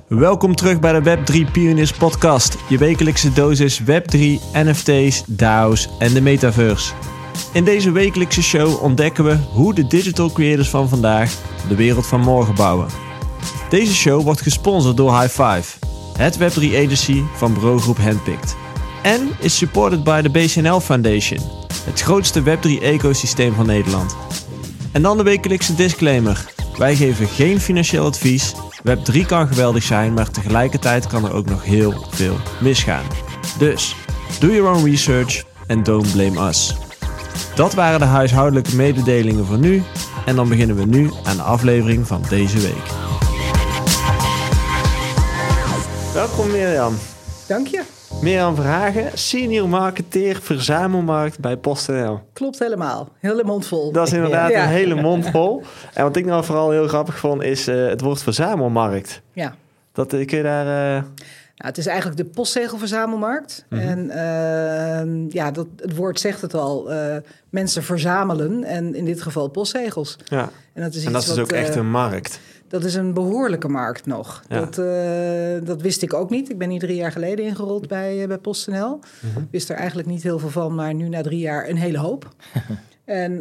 Welkom terug bij de Web3 Pioniers podcast. Je wekelijkse dosis Web3, NFT's, DAO's en de metaverse. In deze wekelijkse show ontdekken we hoe de digital creators van vandaag de wereld van morgen bouwen. Deze show wordt gesponsord door High Five, het Web3 agency van bureaugroep Handpicked. En is supported by de BCNL Foundation, het grootste Web3-ecosysteem van Nederland. En dan de wekelijkse disclaimer. Wij geven geen financieel advies. Web3 kan geweldig zijn, maar tegelijkertijd kan er ook nog heel veel misgaan. Dus, do your own research and don't blame us. Dat waren de huishoudelijke mededelingen voor nu. En dan beginnen we nu aan de aflevering van deze week. Welkom Mirjam. Dank je. Mirjam Verhagen, senior marketeer verzamelmarkt bij PostNL. Klopt helemaal. Hele mond vol. Dat is inderdaad een hele mond vol. En wat ik nou vooral heel grappig vond is het woord verzamelmarkt. Ja. Kun je daar... Nou, het is eigenlijk de postzegelverzamelmarkt. Mm-hmm. En het woord zegt het al. Mensen verzamelen en in dit geval postzegels. Ja. En dat is dus ook echt een markt. Dat is een behoorlijke markt nog. Ja. Dat wist ik ook niet. Ik ben hier 3 jaar geleden ingerold bij PostNL. Mm-hmm. Wist er eigenlijk niet heel veel van, maar nu na 3 jaar een hele hoop. En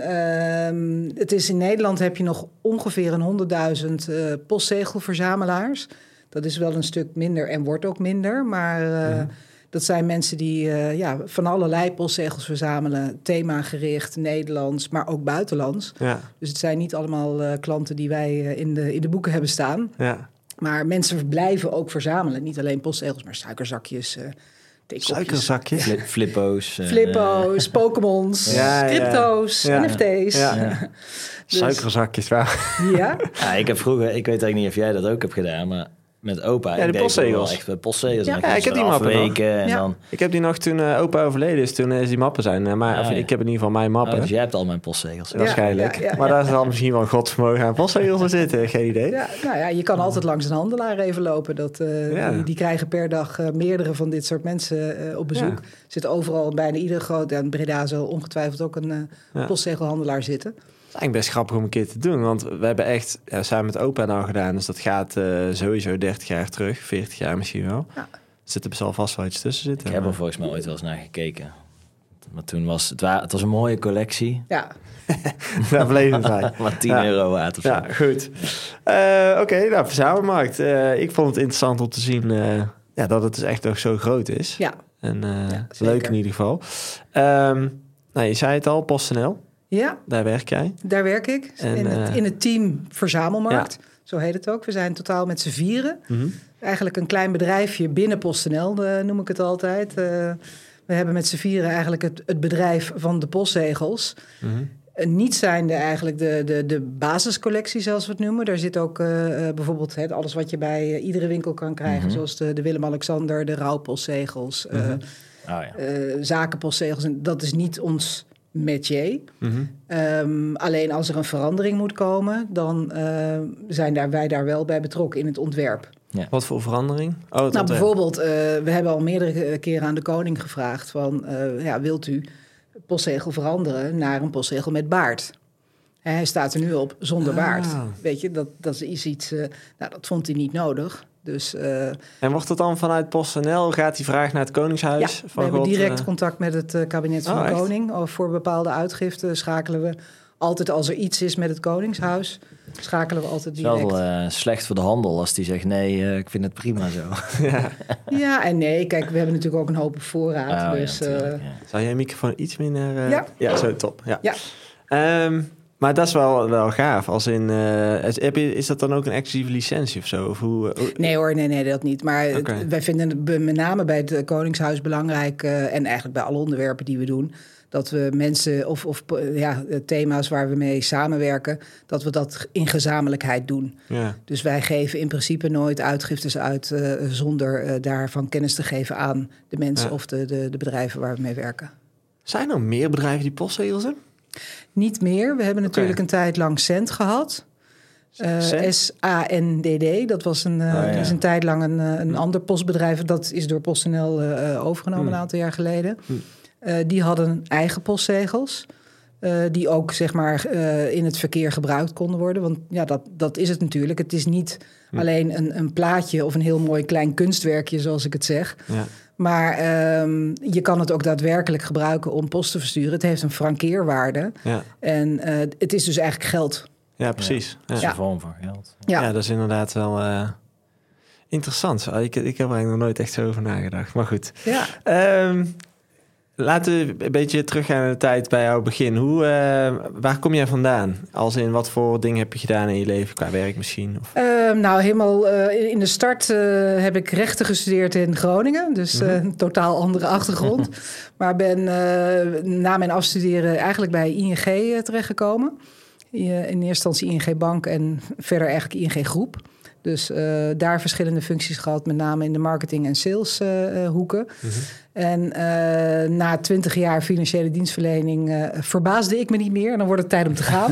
het is in Nederland heb je nog ongeveer 100.000 postzegelverzamelaars. Dat is wel een stuk minder en wordt ook minder. Maar dat zijn mensen die van allerlei postzegels verzamelen. Themagericht, Nederlands, maar ook buitenlands. Ja. Dus het zijn niet allemaal klanten die wij in de boeken hebben staan. Ja. Maar mensen blijven ook verzamelen. Niet alleen postzegels, maar suikerzakjes, suikerzakjes? Ja. Flippo's. Flippo's, Pokémons, crypto's, NFT's. Ja. Dus, suikerzakjes, wel. Ja? Ja, ik heb vroeger, ik weet eigenlijk niet of jij dat ook hebt gedaan, maar met opa. Ja, de postzegels. Echt postzegels. Ja, ik heb die mappen nog. En dan... Ik heb die nog toen opa overleden is. Toen is die mappen zijn. Maar ik heb in ieder geval mijn mappen. Dus jij hebt al mijn postzegels. Waarschijnlijk. Ja. Maar daar zal misschien wel godsvermogen aan postzegels in zitten. Geen idee. Ja, nou ja, je kan altijd langs een handelaar even lopen. Die krijgen per dag meerdere van dit soort mensen op bezoek. Ja. Zit overal bijna iedere grote... in Breda zal ongetwijfeld ook een postzegelhandelaar zitten. Het is eigenlijk best grappig om een keer te doen. Want we hebben echt samen met opa nou gedaan. Dus dat gaat sowieso 30 jaar terug. 40 jaar misschien wel. Ja. Er zit er vast wel iets tussen zitten. Ik heb er volgens mij ooit wel eens naar gekeken. Maar toen was het was een mooie collectie. Ja. Daar bleef het bij. Maar 10 euro waard of zo. Ja, goed. Oké, nou, verzamelmarkt. Ik vond het interessant om te zien dat het dus echt nog zo groot is. Ja. En leuk in ieder geval. Je zei het al, PostNL. Ja. Daar werk jij? Daar werk ik. In het team Verzamelmarkt. Ja. Zo heet het ook. We zijn totaal met z'n 4. Mm-hmm. Eigenlijk een klein bedrijfje binnen PostNL, noem ik het altijd. We hebben met z'n 4 eigenlijk het bedrijf van de postzegels. Mm-hmm. Niet zijnde eigenlijk de basiscollectie, zoals we het noemen. Daar zit ook bijvoorbeeld alles wat je bij iedere winkel kan krijgen. Mm-hmm. Zoals de Willem-Alexander, de rouwpostzegels, zakenpostzegels. En dat is niet ons métier. Mm-hmm. Alleen als er een verandering moet komen, dan zijn wij daar wel bij betrokken in het ontwerp. Ja. Wat voor verandering? Bijvoorbeeld, we hebben al meerdere keren aan de koning gevraagd van, wilt u postzegel veranderen naar een postzegel met baard? Hij staat er nu op zonder baard. Weet je, dat is iets, dat vond hij niet nodig. Dus, en wordt het dan vanuit PostNL, gaat die vraag naar het Koningshuis? Ja, we hebben direct contact met het kabinet van de koning. Of voor bepaalde uitgiften schakelen we altijd als er iets is met het Koningshuis, schakelen we altijd direct. Het is wel slecht voor de handel als die zegt nee, ik vind het prima zo. Ja en nee, kijk, we hebben natuurlijk ook een hoop op voorraad. Zou jij je microfoon iets minder... Ja, zo top. Ja. Maar dat is wel gaaf. Als in, is dat dan ook een exclusieve licentie of zo? Of hoe? Nee hoor, nee, dat niet. Maar wij vinden het met name bij het Koningshuis belangrijk... en eigenlijk bij alle onderwerpen die we doen... dat we mensen of thema's waar we mee samenwerken... dat we dat in gezamenlijkheid doen. Ja. Dus wij geven in principe nooit uitgiftes uit... zonder daarvan kennis te geven aan de mensen of de bedrijven waar we mee werken. Zijn er meer bedrijven die postzegels hebben? Niet meer. We hebben natuurlijk een tijd lang Cent gehad. SANDD. Dat was is een tijd lang een ander postbedrijf. Dat is door PostNL overgenomen een aantal jaar geleden. Die hadden eigen postzegels. Die ook zeg maar in het verkeer gebruikt konden worden. Want ja, dat is het natuurlijk. Het is niet alleen een plaatje of een heel mooi klein kunstwerkje, zoals ik het zeg. Ja. Maar je kan het ook daadwerkelijk gebruiken om post te versturen. Het heeft een frankeerwaarde. Ja. En het is dus eigenlijk geld. Ja, precies. Het is een vorm van geld. Ja, dat is inderdaad wel interessant. Ik heb er eigenlijk nog nooit echt zo over nagedacht. Maar goed. Ja. Laten we een beetje teruggaan naar de tijd bij jouw begin. Waar kom jij vandaan? Als in, wat voor dingen heb je gedaan in je leven qua werk misschien? Of? Nou, helemaal in de start heb ik rechten gestudeerd in Groningen. Dus een totaal andere achtergrond. Maar ben na mijn afstuderen eigenlijk bij ING terechtgekomen. In eerste instantie ING Bank en verder eigenlijk ING Groep. Dus daar verschillende functies gehad, met name in de marketing- en saleshoeken. En na 20 jaar financiële dienstverlening verbaasde ik me niet meer. En dan wordt het tijd om te gaan.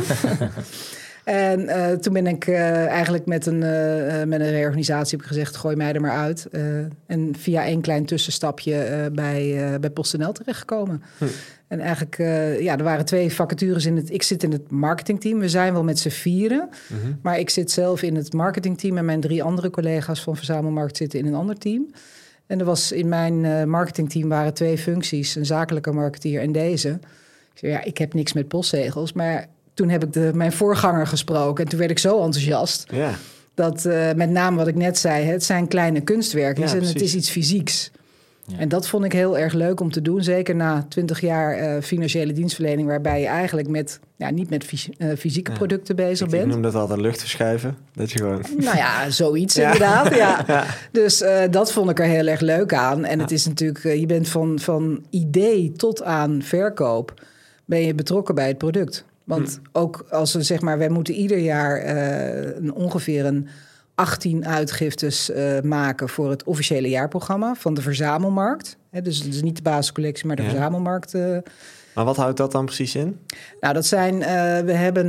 En toen ben ik eigenlijk met een reorganisatie heb ik gezegd, gooi mij er maar uit. En via één klein tussenstapje bij PostNL terechtgekomen. En eigenlijk, er waren 2 vacatures ik zit in het marketingteam. We zijn wel met z'n 4. Maar ik zit zelf in het marketingteam en mijn 3 andere collega's van Verzamelmarkt zitten in een ander team. En er was in mijn marketingteam waren 2 functies, een zakelijke marketeer en deze. Ik zei, ik heb niks met postzegels, maar toen heb ik mijn voorganger gesproken en toen werd ik zo enthousiast. Ja. Dat met name wat ik net zei, het zijn kleine kunstwerkjes en het is iets fysieks. Ja. En dat vond ik heel erg leuk om te doen. Zeker na 20 jaar financiële dienstverlening, waarbij je eigenlijk niet met fysieke producten bezig bent. Ik noem dat altijd luchtverschuiven. Dat je gewoon... Nou ja, zoiets inderdaad. Ja. Dus dat vond ik er heel erg leuk aan. En het is natuurlijk, je bent van idee tot aan verkoop ben je betrokken bij het product. Want ook als we zeg maar, wij moeten ieder jaar ongeveer een 18 uitgiftes maken voor het officiële jaarprogramma van de Verzamelmarkt. Dus het is niet de basiscollectie, maar de Verzamelmarkt. Maar wat houdt dat dan precies in? Nou, dat zijn, we hebben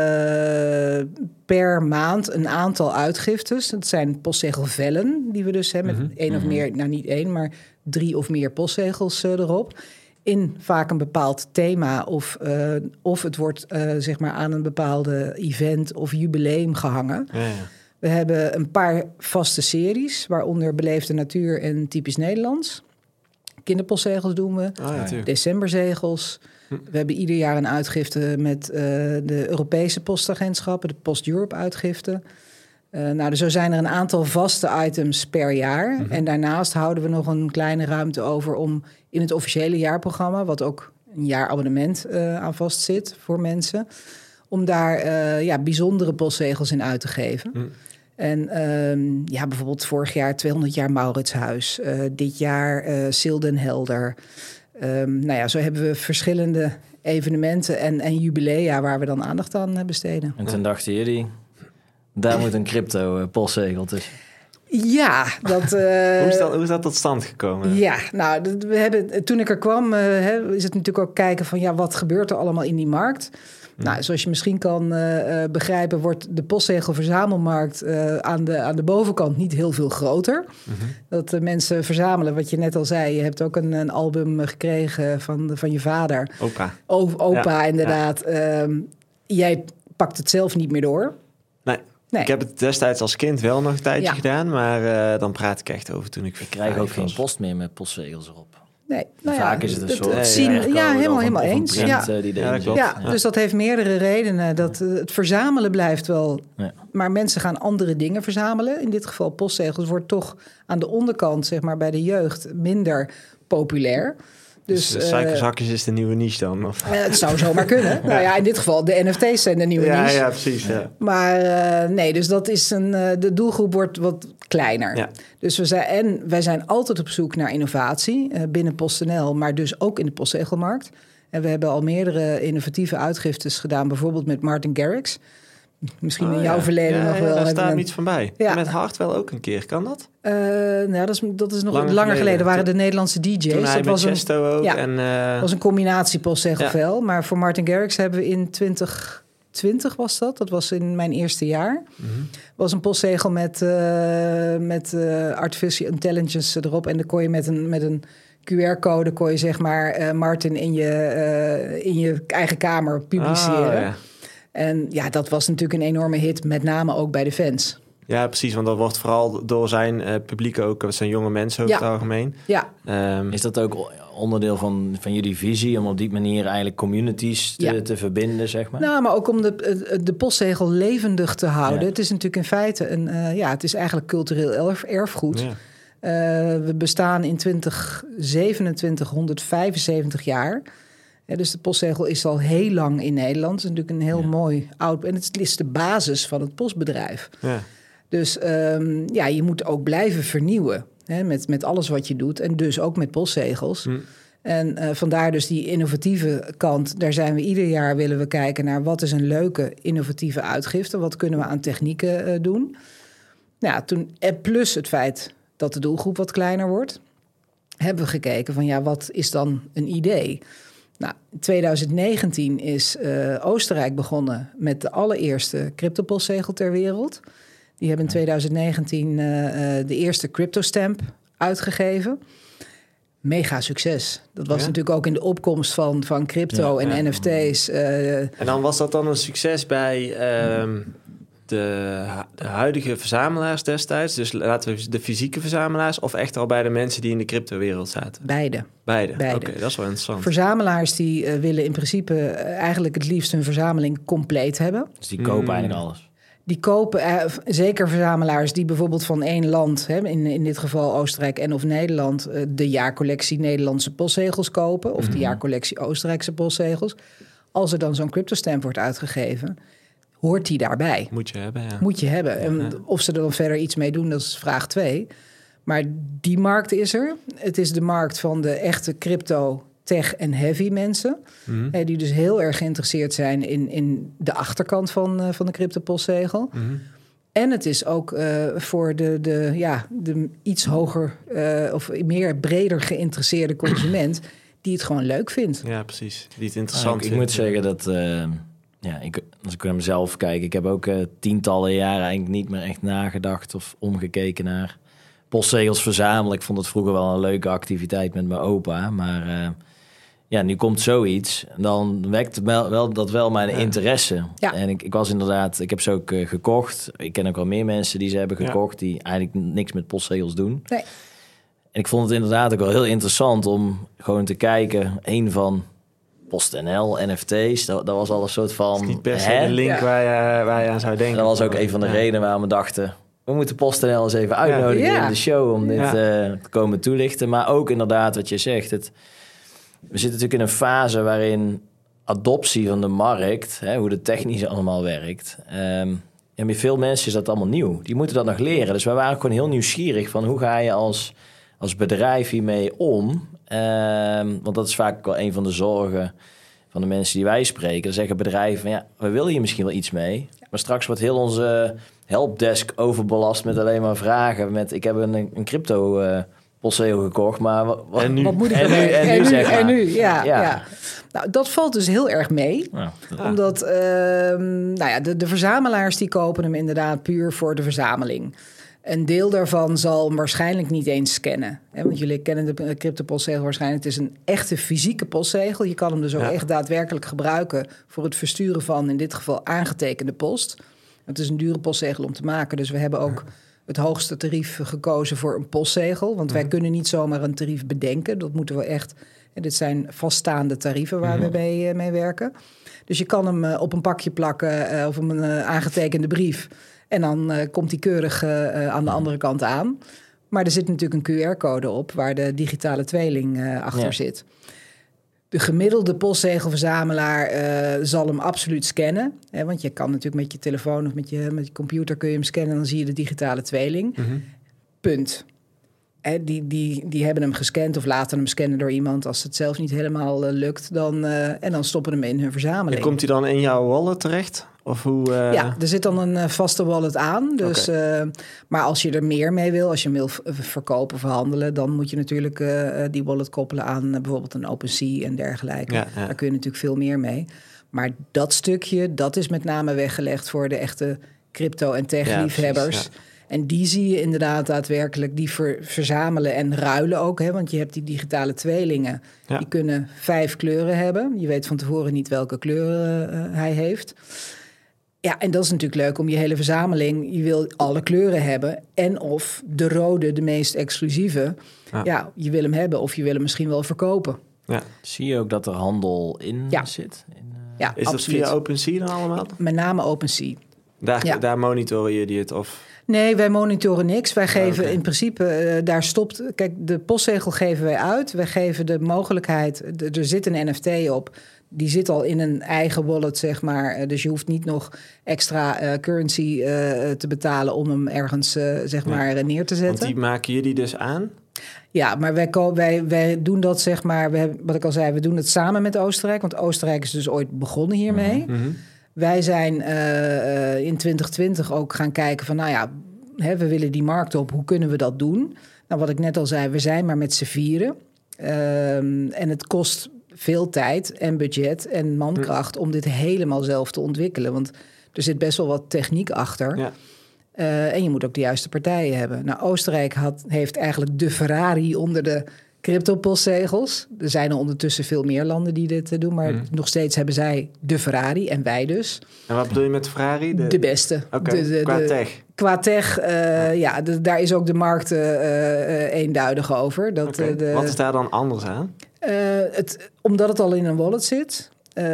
per maand een aantal uitgiftes. Dat zijn postzegelvellen die we dus hebben met 1 of meer, nou niet 1, maar 3 of meer postzegels erop. In vaak een bepaald thema of het wordt zeg maar aan een bepaalde event of jubileum gehangen. Ja. We hebben een paar vaste series, waaronder Beleefde Natuur en Typisch Nederlands. Kinderpostzegels doen we, decemberzegels. We hebben ieder jaar een uitgifte met de Europese postagentschappen, de Post Europe uitgifte. Dus zo zijn er een aantal vaste items per jaar. En daarnaast houden we nog een kleine ruimte over om in het officiële jaarprogramma, wat ook een jaarabonnement aan vast zit voor mensen, om daar bijzondere postzegels in uit te geven. En bijvoorbeeld vorig jaar 200 jaar Mauritshuis. Dit jaar Sil den Helder. Zo hebben we verschillende evenementen en jubilea waar we dan aandacht aan besteden. En toen dachten jullie, daar moet een crypto postzegel tussen. Ja, dat... Hoe is dat tot stand gekomen? Ja, nou, toen ik er kwam, is het natuurlijk ook kijken van wat gebeurt er allemaal in die markt? Nou, zoals je misschien kan begrijpen, wordt de postzegelverzamelmarkt aan de bovenkant niet heel veel groter. Dat mensen verzamelen, wat je net al zei. Je hebt ook een album gekregen van je vader. Opa, inderdaad. Ja. Jij pakt het zelf niet meer door. Nee. Ik heb het destijds als kind wel nog een tijdje gedaan, maar dan praat ik echt over toen ik krijg ook geen post meer met postzegels erop. Nee, vaak is het een soort... helemaal eens. Klopt. Dus dat heeft meerdere redenen. Dat het verzamelen blijft wel... Ja. Maar mensen gaan andere dingen verzamelen. In dit geval postzegels wordt toch aan de onderkant, zeg maar, bij de jeugd minder populair. Dus suikerzakjes is de nieuwe niche dan? Of? Het zou zomaar kunnen. Nou ja, in dit geval de NFT's zijn de nieuwe niche. Ja, precies. Ja. Maar dus dat is de doelgroep wordt wat kleiner. Ja. Dus wij zijn altijd op zoek naar innovatie binnen PostNL, maar dus ook in de postzegelmarkt. En we hebben al meerdere innovatieve uitgiftes gedaan, bijvoorbeeld met Martin Garrix. Misschien in jouw verleden nog wel. Daar staat iets van bij. Ja. Met Hartwell ook een keer, kan dat? Dat is nog langer geleden. Waren de Nederlandse DJ's. Toen hij dat was Chesto ook. Ja, was een combinatie postzegelvel. Ja. Maar voor Martin Garrix hebben we in 2020 was dat. Dat was in mijn eerste jaar. Was een postzegel met artificial intelligence erop. En dan kon je met een QR-code kon je zeg maar Martin in je eigen kamer publiceren. Ja. En ja, dat was natuurlijk een enorme hit, met name ook bij de fans. Ja, precies, want dat wordt vooral door zijn publiek ook, dat zijn jonge mensen over het algemeen. Ja. Is dat ook onderdeel van jullie visie, om op die manier eigenlijk communities te verbinden, zeg maar? Nou, maar ook om de postzegel levendig te houden. Ja. Het is natuurlijk in feite het is eigenlijk cultureel erfgoed. Ja. We bestaan in 2027 175 jaar. Dus de postzegel is al heel lang in Nederland. Het is natuurlijk een heel mooi oud... En het is de basis van het postbedrijf. Ja. Dus je moet ook blijven vernieuwen. Hè, met alles wat je doet. En dus ook met postzegels. En vandaar dus die innovatieve kant. Daar zijn we ieder jaar, willen we kijken naar... wat is een leuke innovatieve uitgifte? Wat kunnen we aan technieken doen? Nou, plus het feit dat de doelgroep wat kleiner wordt... hebben we gekeken van wat is dan een idee? Nou, in 2019 is Oostenrijk begonnen met de allereerste cryptopostzegel ter wereld. Die hebben in 2019 de eerste cryptostamp uitgegeven. Mega succes. Dat was natuurlijk ook in de opkomst van crypto en NFT's. En dan was dat dan een succes bij de huidige verzamelaars destijds? Dus laten we de fysieke verzamelaars... of echt al bij de mensen die in de cryptowereld zaten? Beide. Oké, dat is wel interessant. Verzamelaars die willen in principe eigenlijk het liefst hun verzameling compleet hebben. Dus die kopen eigenlijk alles? Die kopen, zeker verzamelaars die bijvoorbeeld van één land... in dit geval Oostenrijk en of Nederland... de jaarcollectie Nederlandse postzegels kopen... of de jaarcollectie Oostenrijkse postzegels. Als er dan zo'n cryptostamp wordt uitgegeven... hoort die daarbij. Moet je hebben, ja. Moet je hebben. En of ze er dan verder iets mee doen, dat is vraag 2. Maar die markt is er. Het is de markt van de echte crypto, tech en heavy mensen. Die dus heel erg geïnteresseerd zijn in de achterkant van de cryptopostzegel. En het is ook voor de iets hoger of meer breder geïnteresseerde consument... die het gewoon leuk vindt. Ja, precies. Die het interessant vindt. Ik moet zeggen dat... als ik naar mezelf kijk... ik heb ook tientallen jaren eigenlijk niet meer echt nagedacht... of omgekeken naar postzegels verzamelen. Ik vond het vroeger wel een leuke activiteit met mijn opa. Maar nu komt zoiets. En dan wekt wel mijn interesse. Ja. En ik was inderdaad... Ik heb ze ook gekocht. Ik ken ook wel meer mensen die ze hebben gekocht... die eigenlijk niks met postzegels doen. Nee. En ik vond het inderdaad ook wel heel interessant... om gewoon te kijken... een van... PostNL, NFT's, dat was al een soort van... Dat is niet per se de link waar je aan zou denken. Dat was ook een van de redenen waarom we dachten... we moeten PostNL eens even uitnodigen in de show... om dit te komen toelichten. Maar ook inderdaad wat je zegt. We zitten natuurlijk in een fase waarin adoptie van de markt... hoe de technisch allemaal werkt... en bij veel mensen is dat allemaal nieuw. Die moeten dat nog leren. Dus wij waren gewoon heel nieuwsgierig... van hoe ga je als bedrijf hiermee om... want dat is vaak wel een van de zorgen van de mensen die wij spreken. Dan zeggen bedrijven, we willen hier misschien wel iets mee. Maar straks wordt heel onze helpdesk overbelast met alleen maar vragen. Ik heb een crypto postzegel gekocht, maar wat moet ik ermee? En nu, ja. Nou, dat valt dus heel erg mee. Ja. Omdat de verzamelaars die kopen hem inderdaad puur voor de verzameling. Een deel daarvan zal waarschijnlijk niet eens scannen. Hè? Want jullie kennen de cryptopostzegel waarschijnlijk. Het is een echte fysieke postzegel. Je kan hem dus ook echt daadwerkelijk gebruiken... voor het versturen van, in dit geval, aangetekende post. Het is een dure postzegel om te maken. Dus we hebben ook het hoogste tarief gekozen voor een postzegel. Want wij kunnen niet zomaar een tarief bedenken. Dat moeten we echt... En dit zijn vaststaande tarieven waar we mee werken. Dus je kan hem op een pakje plakken of een aangetekende brief... En dan komt die keurig aan de andere kant aan. Maar er zit natuurlijk een QR-code op... waar de digitale tweeling achter zit. De gemiddelde postzegelverzamelaar zal hem absoluut scannen. Hè, want je kan natuurlijk met je telefoon of met je computer... kun je hem scannen en dan zie je de digitale tweeling. Punt. Die hebben hem gescand of laten hem scannen door iemand... als het zelf niet helemaal lukt. En dan stoppen hem in hun verzameling. En komt hij dan in jouw wallet terecht? Of hoe, Ja, er zit dan een vaste wallet aan. Dus, maar als je er meer mee wil, als je hem wil verkopen, verhandelen... dan moet je natuurlijk die wallet koppelen aan bijvoorbeeld een OpenSea en dergelijke. Ja. Daar kun je natuurlijk veel meer mee. Maar dat stukje, dat is met name weggelegd voor de echte crypto- en tech-liefhebbers... Ja, En die zie je inderdaad daadwerkelijk, die verzamelen en ruilen ook. Hè? Want je hebt die digitale tweelingen, die kunnen 5 kleuren hebben. Je weet van tevoren niet welke kleuren hij heeft. Ja, en dat is natuurlijk leuk om je hele verzameling... je wil alle kleuren hebben. En of de rode, de meest exclusieve... je wil hem hebben of je wil hem misschien wel verkopen. Ja. Zie je ook dat er handel in zit? Ja, is absoluut. Dat via OpenSea dan allemaal? Met name OpenSea. Daar monitoren jullie het? Of? Nee, wij monitoren niks. Wij geven in principe, daar stopt... Kijk, de postzegel geven wij uit. Wij geven de mogelijkheid... Er zit een NFT op... Die zit al in een eigen wallet, zeg maar. Dus je hoeft niet nog extra currency te betalen... om hem ergens, maar, neer te zetten. Want die maken jullie dus aan? Ja, maar wij doen dat, zeg maar... wat ik al zei, we doen het samen met Oostenrijk. Want Oostenrijk is dus ooit begonnen hiermee. Mm-hmm. Wij zijn in 2020 ook gaan kijken van... we willen die markt op, hoe kunnen we dat doen? Nou, wat ik net al zei, we zijn maar met z'n vieren. En het kost... veel tijd en budget en mankracht om dit helemaal zelf te ontwikkelen. Want er zit best wel wat techniek achter. Ja. En je moet ook de juiste partijen hebben. Nou, Oostenrijk heeft eigenlijk de Ferrari onder de crypto-postzegels. Er zijn er ondertussen veel meer landen die dit doen. Maar nog steeds hebben zij de Ferrari en wij dus. En wat bedoel je met Ferrari? De beste. Okay. Qua tech? Qua tech, daar is ook de markt eenduidig over. Wat is daar dan anders aan? Omdat het al in een wallet zit.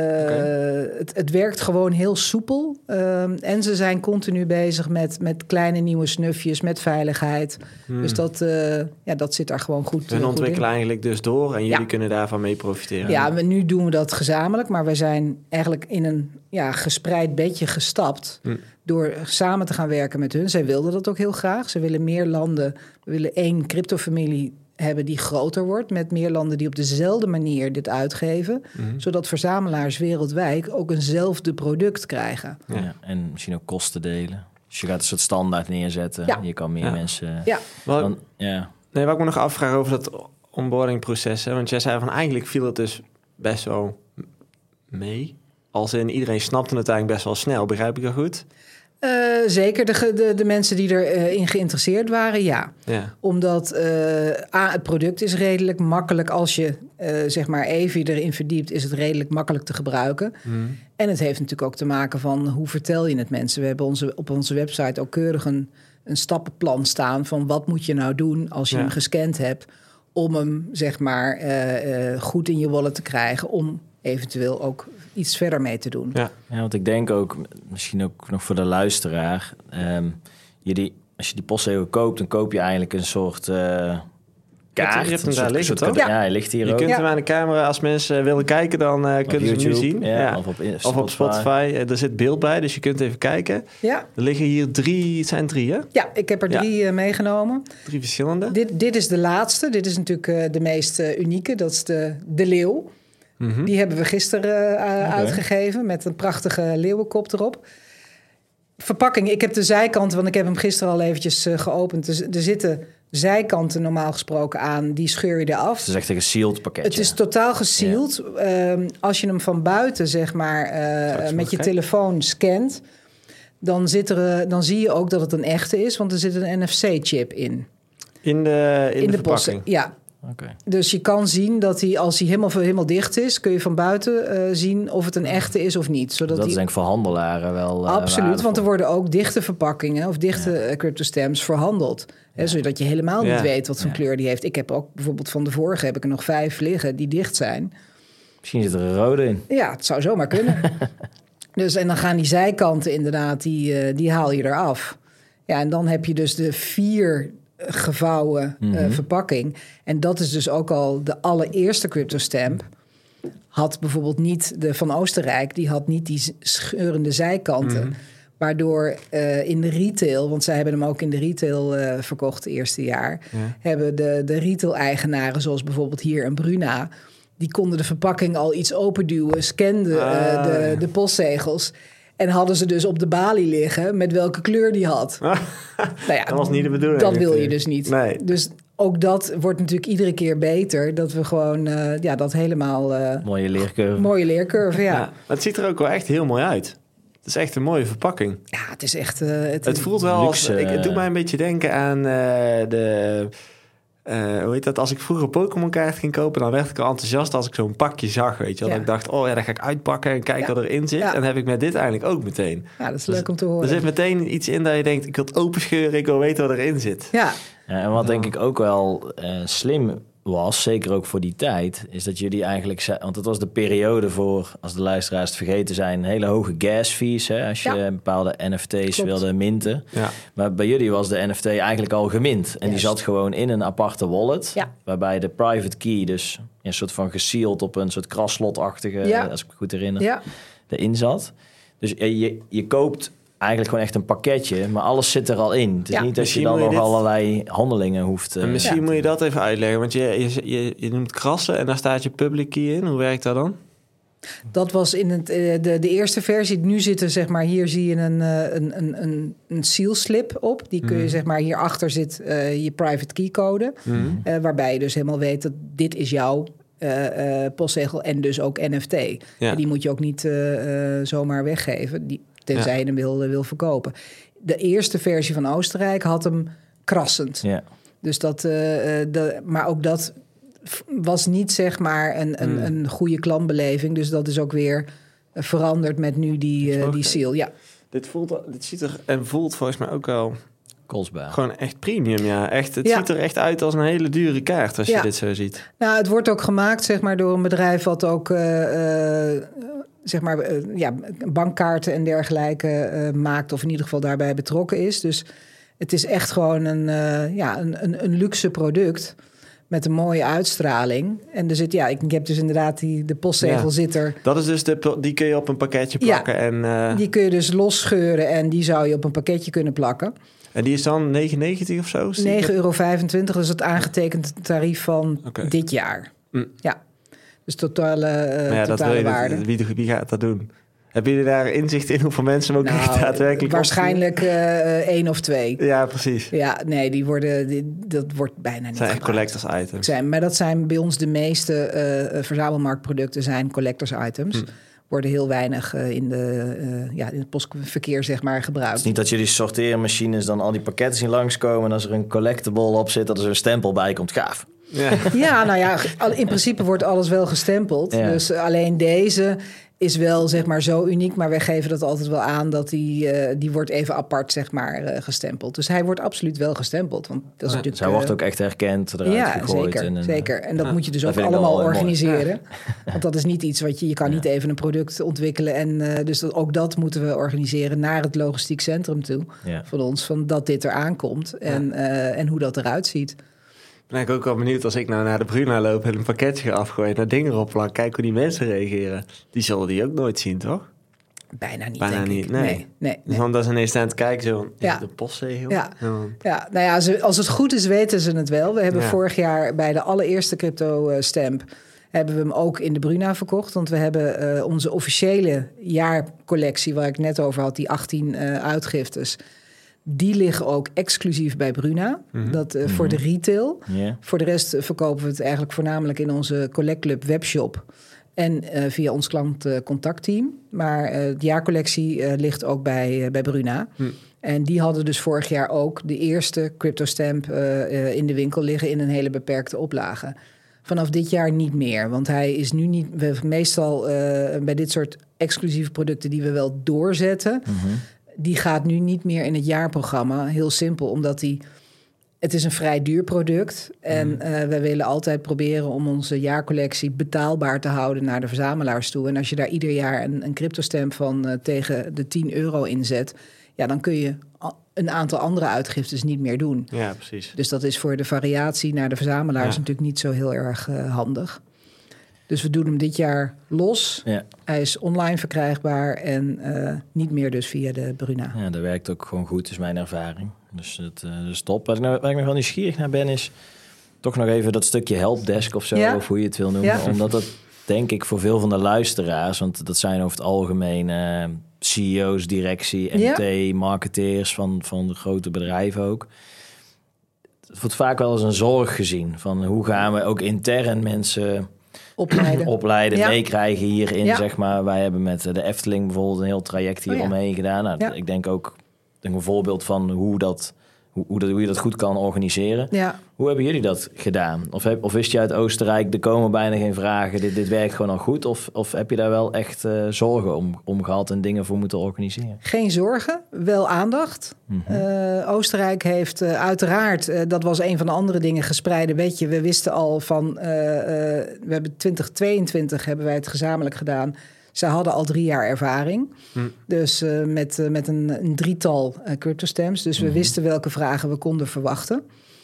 Het werkt gewoon heel soepel. En ze zijn continu bezig met kleine nieuwe snufjes, met veiligheid. Dus dat zit daar gewoon goed in. We ontwikkelen eigenlijk dus door en jullie kunnen daarvan mee profiteren. Ja, nu doen we dat gezamenlijk. Maar wij zijn eigenlijk in een gespreid bedje gestapt... door samen te gaan werken met hun. Zij wilden dat ook heel graag. Ze willen meer landen. We willen 1 cryptofamilie... hebben die groter wordt, met meer landen die op dezelfde manier dit uitgeven, zodat verzamelaars wereldwijd ook eenzelfde product krijgen. Ja, en misschien ook kosten delen. Dus je gaat een soort standaard neerzetten. Ja. Je kan meer mensen... Ja. Nee, wat ik me nog afvraag over dat onboardingproces, hè? Want jij zei van eigenlijk viel het dus best wel mee. Als in iedereen snapte het eigenlijk best wel snel, begrijp ik dat goed? Zeker de mensen die erin geïnteresseerd waren, ja. Omdat het product is redelijk makkelijk. Als je even erin verdiept, is het redelijk makkelijk te gebruiken. En het heeft natuurlijk ook te maken van hoe vertel je het mensen. We hebben op onze website ook keurig een stappenplan staan van wat moet je nou doen als je hem gescand hebt, om hem goed in je wallet te krijgen, om eventueel ook iets verder mee te doen. Ja, want ik denk ook, misschien ook nog voor de luisteraar, als je die postzegel koopt, dan koop je eigenlijk een soort kaart. Je hebt hem daar liggen, toch? Ja, hij ligt hier je ook. Je kunt hem aan de camera, als mensen willen kijken, dan kunnen YouTube, ze hem nu zien. Ja. Of op Spotify. Er zit beeld bij, dus je kunt even kijken. Ja. Er liggen hier 3, het zijn 3, hè? Ja, ik heb er 3 meegenomen. 3 verschillende. Dit is de laatste. Dit is natuurlijk de meest unieke. Dat is de leeuw. Mm-hmm. Die hebben we gisteren uitgegeven met een prachtige leeuwenkop erop. Verpakking, ik heb de zijkanten, want ik heb hem gisteren al eventjes geopend. Dus er zitten zijkanten normaal gesproken aan, die scheur je eraf. Het is echt een gesealed pakketje. Het is totaal gesealed. Ja. Als je hem van buiten, met je telefoon scant, dan zie je ook dat het een echte is, want er zit een NFC-chip in. In de verpakking? Ja. Okay. Dus je kan zien dat als hij helemaal dicht is, kun je van buiten zien of het een echte is of niet. Zodat dat is denk ik voor handelaren wel absoluut, waardevol. Want er worden ook dichte verpakkingen of dichte cryptostamps verhandeld. Hè, zodat je helemaal niet weet wat voor kleur die heeft. Ik heb ook bijvoorbeeld van de vorige heb ik er nog 5 liggen die dicht zijn. Misschien zit er een rode in. Ja, het zou zomaar kunnen. Dus, en dan gaan die zijkanten inderdaad, die haal je eraf. Ja, en dan heb je dus de 4... gevouwen verpakking. En dat is dus ook al de allereerste cryptostamp. Had bijvoorbeeld niet de van Oostenrijk, die had niet die scheurende zijkanten. Waardoor in de retail, want zij hebben hem ook in de retail verkocht het eerste jaar, hebben de retail-eigenaren, zoals bijvoorbeeld hier een Bruna, die konden de verpakking al iets openduwen, scanden de postzegels. En hadden ze dus op de balie liggen met welke kleur die had. Nou ja, dat was niet de bedoeling. Dat wil je dus niet. Nee. Dus ook dat wordt natuurlijk iedere keer beter. Dat we gewoon dat helemaal... mooie leercurve. Mooie leercurve, ja. Maar het ziet er ook wel echt heel mooi uit. Het is echt een mooie verpakking. Ja, het is echt... het voelt wel luxe, als... Het doet mij een beetje denken aan hoe heet dat? Als ik vroeger Pokémon kaart ging kopen, dan werd ik al enthousiast als ik zo'n pakje zag, weet je wel. Ja. Dat ik dacht, dan ga ik uitpakken en kijken wat erin zit. Ja. En heb ik met dit eigenlijk ook meteen. Ja, dat is leuk om te horen. Er zit meteen iets in dat je denkt, ik wil het openscheuren, ik wil weten wat erin zit. Ja. En wat denk ik ook wel slim was, zeker ook voor die tijd, is dat jullie eigenlijk... Want het was de periode voor, als de luisteraars het vergeten zijn, hele hoge gas fees, hè, als je bepaalde NFT's wilde minten. Ja. Maar bij jullie was de NFT eigenlijk al gemint. En die zat gewoon in een aparte wallet, waarbij de private key dus een soort van gesealed op een soort kraslotachtige, als ik me goed herinner, erin zat. Dus je koopt eigenlijk gewoon echt een pakketje, maar alles zit er al in. Het is niet dat je dan nog allerlei handelingen hoeft... misschien moet je dat even uitleggen, want je noemt krassen en daar staat je public key in. Hoe werkt dat dan? Dat was in de eerste versie. Nu zitten, zeg maar, hier zie je een seal slip op. Die kun je, zeg maar, hierachter zit je private key code. Waarbij je dus helemaal weet dat dit is jouw postzegel en dus ook NFT. Ja. En die moet je ook niet zomaar weggeven. Tenzij je hem wil verkopen. De eerste versie van Oostenrijk had hem krassend. Ja. Dus maar ook dat was niet, zeg maar, een goede klantbeleving. Dus dat is ook weer veranderd met nu die seal. Ja. Dit ziet er en voelt volgens mij ook wel kostbaar. Gewoon echt premium, ja. Echt, het ziet er echt uit als een hele dure kaart als je dit zo ziet. Nou, het wordt ook gemaakt, zeg maar, door een bedrijf wat ook zeg maar, bankkaarten en dergelijke maakt, of in ieder geval daarbij betrokken is. Dus het is echt gewoon een luxe product met een mooie uitstraling. En er zit, ik heb dus inderdaad de postzegel zit er. Dat is dus die kun je op een pakketje plakken. Ja, die kun je dus losscheuren en die zou je op een pakketje kunnen plakken. En die is dan €9,90 of zo? €9,25, dat is het aangetekend tarief van dit jaar. Ja. Dus totale waarde. Wie gaat dat doen? Hebben jullie daar inzicht in hoeveel mensen ook echt daadwerkelijk waarschijnlijk 1 of 2. Ja, precies. Ja, nee, dat wordt bijna niet. Het zijn collectors items. Maar dat zijn bij ons de meeste verzamelmarktproducten zijn collectors items. Worden heel weinig in het postverkeer, zeg maar, gebruikt. Het is niet dat jullie sorteermachines dan al die pakketten zien langskomen en als er een collectible op zit, dat er zo'n stempel bij komt. Gaaf. Ja, nou ja, in principe wordt alles wel gestempeld. Ja. Dus alleen deze is wel, zeg maar, zo uniek, maar wij geven dat altijd wel aan dat die wordt even apart, zeg maar, gestempeld. Dus hij wordt absoluut wel gestempeld. Want dat is natuurlijk, hij wordt ook echt herkend, eruit gegooid. Zeker. En dat moet je dus ook allemaal organiseren. Want dat is niet iets wat je kan niet even een product ontwikkelen. En dus ook dat moeten we organiseren naar het logistiek centrum toe van ons, van dat dit eraan komt en hoe dat eruit ziet. Ben ik ook wel benieuwd als ik nou naar de Bruna loop en een pakketje ga afgooien, naar dingen erop plak, kijk hoe die mensen reageren. Die zullen die ook nooit zien, toch? Bijna niet. Nee. Dus dan dat ze ineens aan het kijken, zo de postzegel. Ja, nou ja, als het goed is, weten ze het wel. We hebben vorig jaar bij de allereerste crypto-stamp hebben we hem ook in de Bruna verkocht. Want we hebben onze officiële jaarcollectie, waar ik net over had, die 18 uitgiftes. Die liggen ook exclusief bij Bruna. Voor de retail. Yeah. Voor de rest verkopen we het eigenlijk voornamelijk in onze Collect Club webshop. En via ons klantcontactteam. Maar de jaarcollectie ligt ook bij Bruna. En die hadden dus vorig jaar ook de eerste CryptoStamp in de winkel liggen in een hele beperkte oplage. Vanaf dit jaar niet meer. Want hij is nu niet. Meestal bij dit soort exclusieve producten die we wel doorzetten. Die gaat nu niet meer in het jaarprogramma. Heel simpel, omdat het is een vrij duur product. En wij willen altijd proberen om onze jaarcollectie betaalbaar te houden naar de verzamelaars toe. En als je daar ieder jaar een cryptostamp van tegen de €10 inzet, dan kun je een aantal andere uitgiftes niet meer doen. Ja, precies. Dus dat is voor de variatie naar de verzamelaars natuurlijk niet zo heel erg handig. Dus we doen hem dit jaar los. Ja. Hij is online verkrijgbaar en niet meer dus via de Bruna. Ja, dat werkt ook gewoon goed, is mijn ervaring. Dus dat is top. Waar ik nog wel nieuwsgierig naar ben, is toch nog even dat stukje helpdesk of zo, of hoe je het wil noemen. Ja. Omdat dat, denk ik, voor veel van de luisteraars, want dat zijn over het algemeen CEO's, directie, MT, marketeers van de grote bedrijven ook. Het wordt vaak wel als een zorg gezien. Van hoe gaan we ook intern mensen opleiden, meekrijgen hierin, zeg maar. Wij hebben met de Efteling bijvoorbeeld een heel traject hier omheen gedaan. Nou, ik denk ook een voorbeeld van hoe je dat goed kan organiseren. Ja. Hoe hebben jullie dat gedaan? Of wist je uit Oostenrijk, er komen bijna geen vragen, dit werkt gewoon al goed? Of heb je daar wel echt zorgen om gehad en dingen voor moeten organiseren? Geen zorgen, wel aandacht. Oostenrijk heeft uiteraard, dat was een van de andere dingen, gespreide wetje. We wisten al van, we hebben 2022 hebben wij het gezamenlijk gedaan. Ze hadden al 3 jaar ervaring. Dus met een drietal CryptoStamps. Dus we wisten welke vragen we konden verwachten.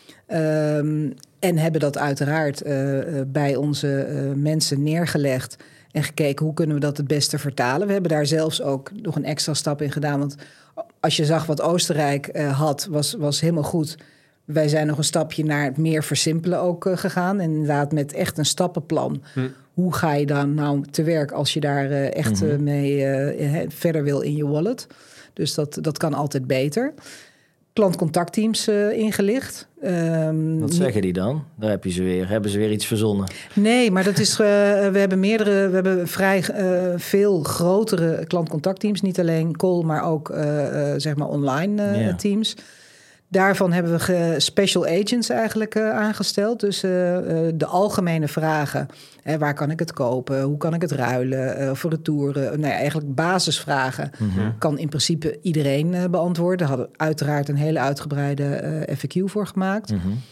En hebben dat uiteraard bij onze mensen neergelegd. En gekeken hoe kunnen we dat het beste vertalen. We hebben daar zelfs ook nog een extra stap in gedaan. Want als je zag wat Oostenrijk had, was helemaal goed. Wij zijn nog een stapje naar het meer versimpelen ook gegaan. En inderdaad met echt een stappenplan. Hoe ga je dan nou te werk als je daar echt mee verder wil in je wallet? Dus dat kan altijd beter. Klantcontactteams ingelicht. Wat zeggen die dan? Daar hebben ze weer iets verzonnen? Nee, maar dat is. We hebben vrij veel grotere klantcontactteams. Niet alleen call, maar ook zeg maar online teams. Daarvan hebben we special agents eigenlijk aangesteld. Dus de algemene vragen. Waar kan ik het kopen? Hoe kan ik het ruilen? Voor retouren? Eigenlijk basisvragen kan in principe iedereen beantwoorden. Daar hadden we uiteraard een hele uitgebreide FAQ voor gemaakt.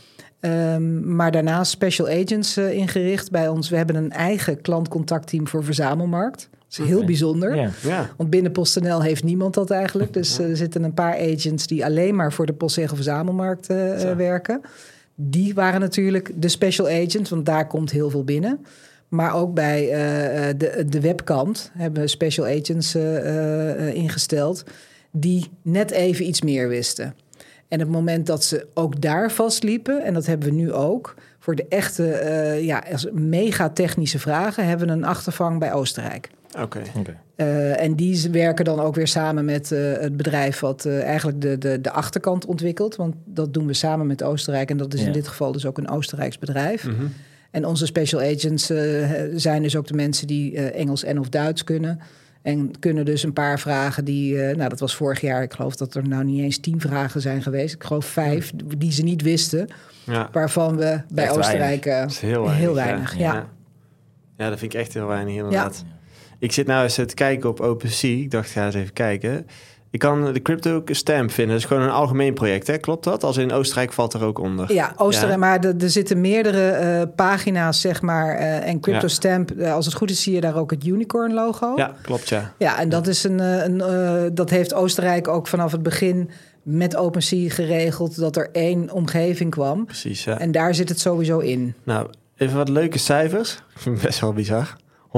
Maar daarnaast special agents ingericht bij ons. We hebben een eigen klantcontactteam voor verzamelmarkt. Dat is heel bijzonder. Yeah. Want binnen PostNL heeft niemand dat eigenlijk. Dus er zitten een paar agents die alleen maar voor de postzegelverzamelmarkt werken. Die waren natuurlijk de special agent, want daar komt heel veel binnen. Maar ook bij de webkant hebben we special agents ingesteld die net even iets meer wisten. En op het moment dat ze ook daar vastliepen, en dat hebben we nu ook, voor de echte mega technische vragen, hebben we een achtervang bij Oostenrijk. Okay. En die werken dan ook weer samen met het bedrijf wat eigenlijk de achterkant ontwikkelt. Want dat doen we samen met Oostenrijk. En dat is in dit geval dus ook een Oostenrijks bedrijf. En onze special agents zijn dus ook de mensen die Engels en of Duits kunnen. En kunnen dus een paar vragen die... dat was vorig jaar. Ik geloof dat er nou niet eens 10 vragen zijn geweest. Ik geloof 5 die ze niet wisten. Ja. Waarvan we bij echt Oostenrijk... heel weinig. Ja, dat vind ik echt heel weinig inderdaad. Ja. Ik zit nou eens te kijken op OpenSea. Ik dacht, ga eens even kijken. Je kan de Crypto Stamp vinden. Dat is gewoon een algemeen project, hè? Klopt dat? Als in Oostenrijk valt er ook onder. Ja, Oostenrijk, maar er zitten meerdere pagina's, zeg maar. En Crypto Stamp, als het goed is, zie je daar ook het unicorn logo. Ja, klopt, ja. Ja, en dat is dat heeft Oostenrijk ook vanaf het begin met OpenSea geregeld, dat er 1 omgeving kwam. Precies, ja. En daar zit het sowieso in. Nou, even wat leuke cijfers. Ik vind het best wel bizar.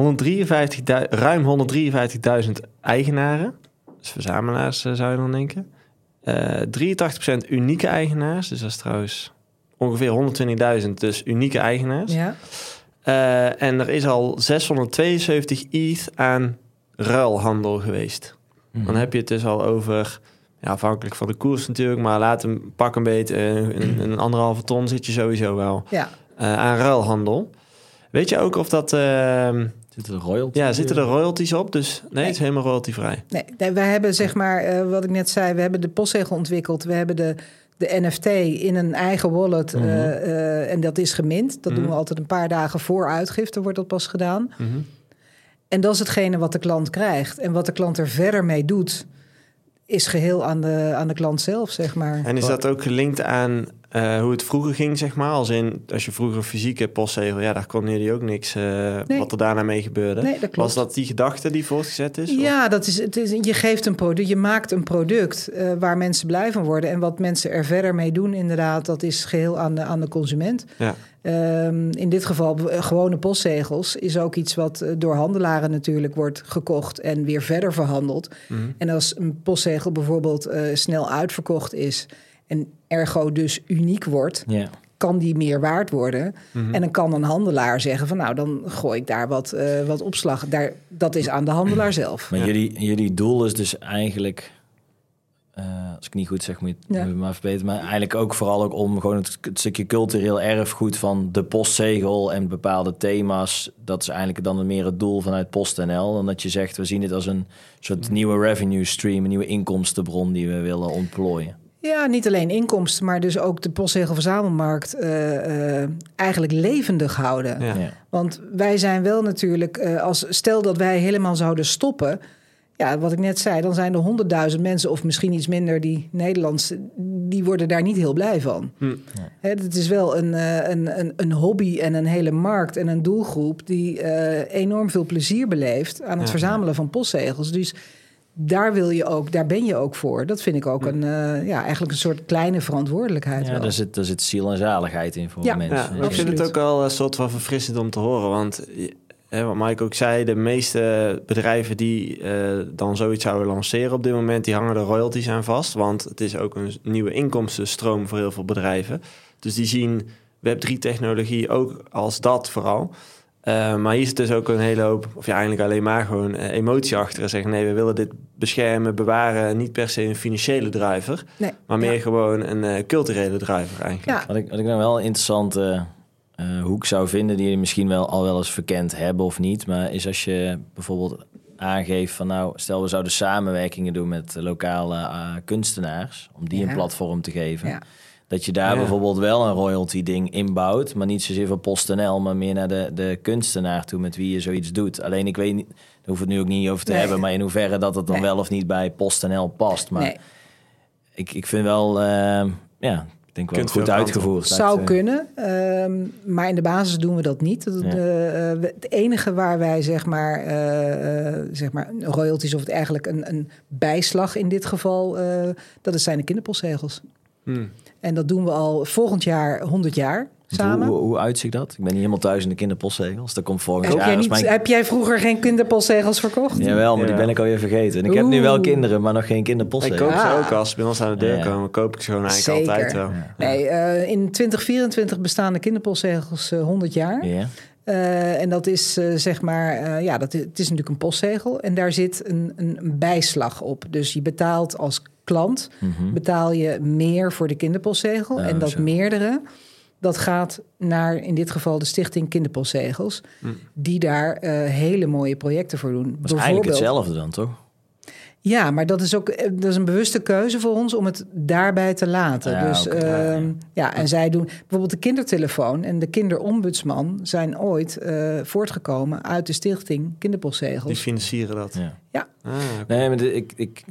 Ruim 153.000 eigenaren. Dus verzamelaars zou je dan denken. 83% unieke eigenaars. Dus dat is trouwens ongeveer 120.000 dus unieke eigenaars. Ja. En er is al 672 ETH aan ruilhandel geweest. Dan heb je het dus al over, afhankelijk van de koers natuurlijk, maar pak een beetje een 1,5 ton zit je sowieso wel aan ruilhandel. Weet je ook of dat... Zitten er royalties? Ja, zitten er royalties op? Dus nee, het is helemaal royaltyvrij. Nee, wij hebben zeg maar, wat ik net zei, we hebben de postzegel ontwikkeld. We hebben de NFT in een eigen wallet en dat is gemint. Dat doen we altijd een paar dagen voor uitgifte, wordt dat pas gedaan. En dat is hetgene wat de klant krijgt. En wat de klant er verder mee doet, is geheel aan de klant zelf, zeg maar. En is dat ook gelinkt aan hoe het vroeger ging, zeg maar? Als je vroeger fysieke postzegel, daar kon jullie ook niks wat er daarna mee gebeurde. Nee, dat klopt. Was dat die gedachte die voortgezet is? Ja, je geeft een product, je maakt een product waar mensen blij van worden. En wat mensen er verder mee doen, inderdaad, dat is geheel aan de consument. Ja. In dit geval gewone postzegels is ook iets wat door handelaren natuurlijk wordt gekocht en weer verder verhandeld. En als een postzegel bijvoorbeeld snel uitverkocht is en ergo dus uniek wordt, kan die meer waard worden. En dan kan een handelaar zeggen van dan gooi ik daar wat opslag. Dat is aan de handelaar zelf. Maar jullie doel is dus eigenlijk als ik niet goed zeg, moet je het maar verbeteren. Maar eigenlijk ook vooral ook om gewoon het stukje cultureel erfgoed van de postzegel en bepaalde thema's. Dat is eigenlijk dan meer het doel vanuit PostNL. Dan dat je zegt, we zien het als een soort nieuwe revenue stream, een nieuwe inkomstenbron die we willen ontplooien. Ja, niet alleen inkomsten, maar dus ook de postzegelverzamelmarkt eigenlijk levendig houden. Ja. Ja. Want wij zijn wel natuurlijk, stel dat wij helemaal zouden stoppen. Ja, wat ik net zei, dan zijn er 100.000 mensen of misschien iets minder die Nederlands, die worden daar niet heel blij van. Het is wel een hobby en een hele markt en een doelgroep die enorm veel plezier beleeft aan het verzamelen van postzegels. Dus daar ben je ook voor. Dat vind ik ook eigenlijk een soort kleine verantwoordelijkheid. Ja, daar zit ziel en zaligheid in voor mensen. Ja, ik vind het ook wel een soort van verfrissend om te horen, want wat Mike ook zei, de meeste bedrijven die dan zoiets zouden lanceren op dit moment, die hangen de royalties aan vast. Want het is ook een nieuwe inkomstenstroom voor heel veel bedrijven. Dus die zien Web3-technologie ook als dat vooral. Maar hier zit dus ook een hele hoop, of eigenlijk alleen maar gewoon emotie achter. En zeggen, nee, we willen dit beschermen, bewaren. Niet per se een financiële driver, maar meer gewoon een culturele driver eigenlijk. Ja. Wat ik nou wel een interessante hoek zou vinden, die je misschien wel eens verkend hebben of niet, maar is als je bijvoorbeeld aangeeft van nou, stel we zouden samenwerkingen doen met lokale kunstenaars, om die een platform te geven. Ja. Dat je daar bijvoorbeeld wel een royalty ding inbouwt, maar niet zozeer voor PostNL, maar meer naar de kunstenaar toe met wie je zoiets doet. Alleen ik weet niet, daar hoeven we het nu ook niet over te hebben, maar in hoeverre dat het dan wel of niet bij PostNL past. Maar ik vind wel, ik denk wel goed uitgevoerd. Zou kunnen, maar in de basis doen we dat niet. Het enige waar wij zeg maar royalties of het eigenlijk een bijslag in dit geval, dat zijn de kinderpostzegels. En dat doen we al volgend jaar 100 jaar samen. Hoe uitziet dat? Ik ben niet helemaal thuis in de kinderpostzegels. Dat komt volgend jaar. Heb jij vroeger geen kinderpostzegels verkocht? Jawel, maar die ben ik alweer vergeten. En ik heb nu wel kinderen, maar nog geen kinderpostzegels. Ik koop ze ook als ze bij ons aan de deur komen. Koop ik ze gewoon eigenlijk altijd wel. Ja. Nee, in 2024 bestaan de kinderpostzegels 100 jaar. Ja. En dat is het is natuurlijk een postzegel. En daar zit een bijslag op. Dus je betaalt als klant, betaal je meer voor de kinderpostzegel. En dat meerdere, dat gaat naar in dit geval de Stichting Kinderpostzegels. Die daar hele mooie projecten voor doen. Dat is eigenlijk hetzelfde dan, toch? Ja, maar dat is een bewuste keuze voor ons om het daarbij te laten. Ja, dus en zij doen bijvoorbeeld de kindertelefoon en de kinderombudsman zijn ooit voortgekomen uit de Stichting Kinderpostzegels. Die financieren dat. Ja. Nee, maar ik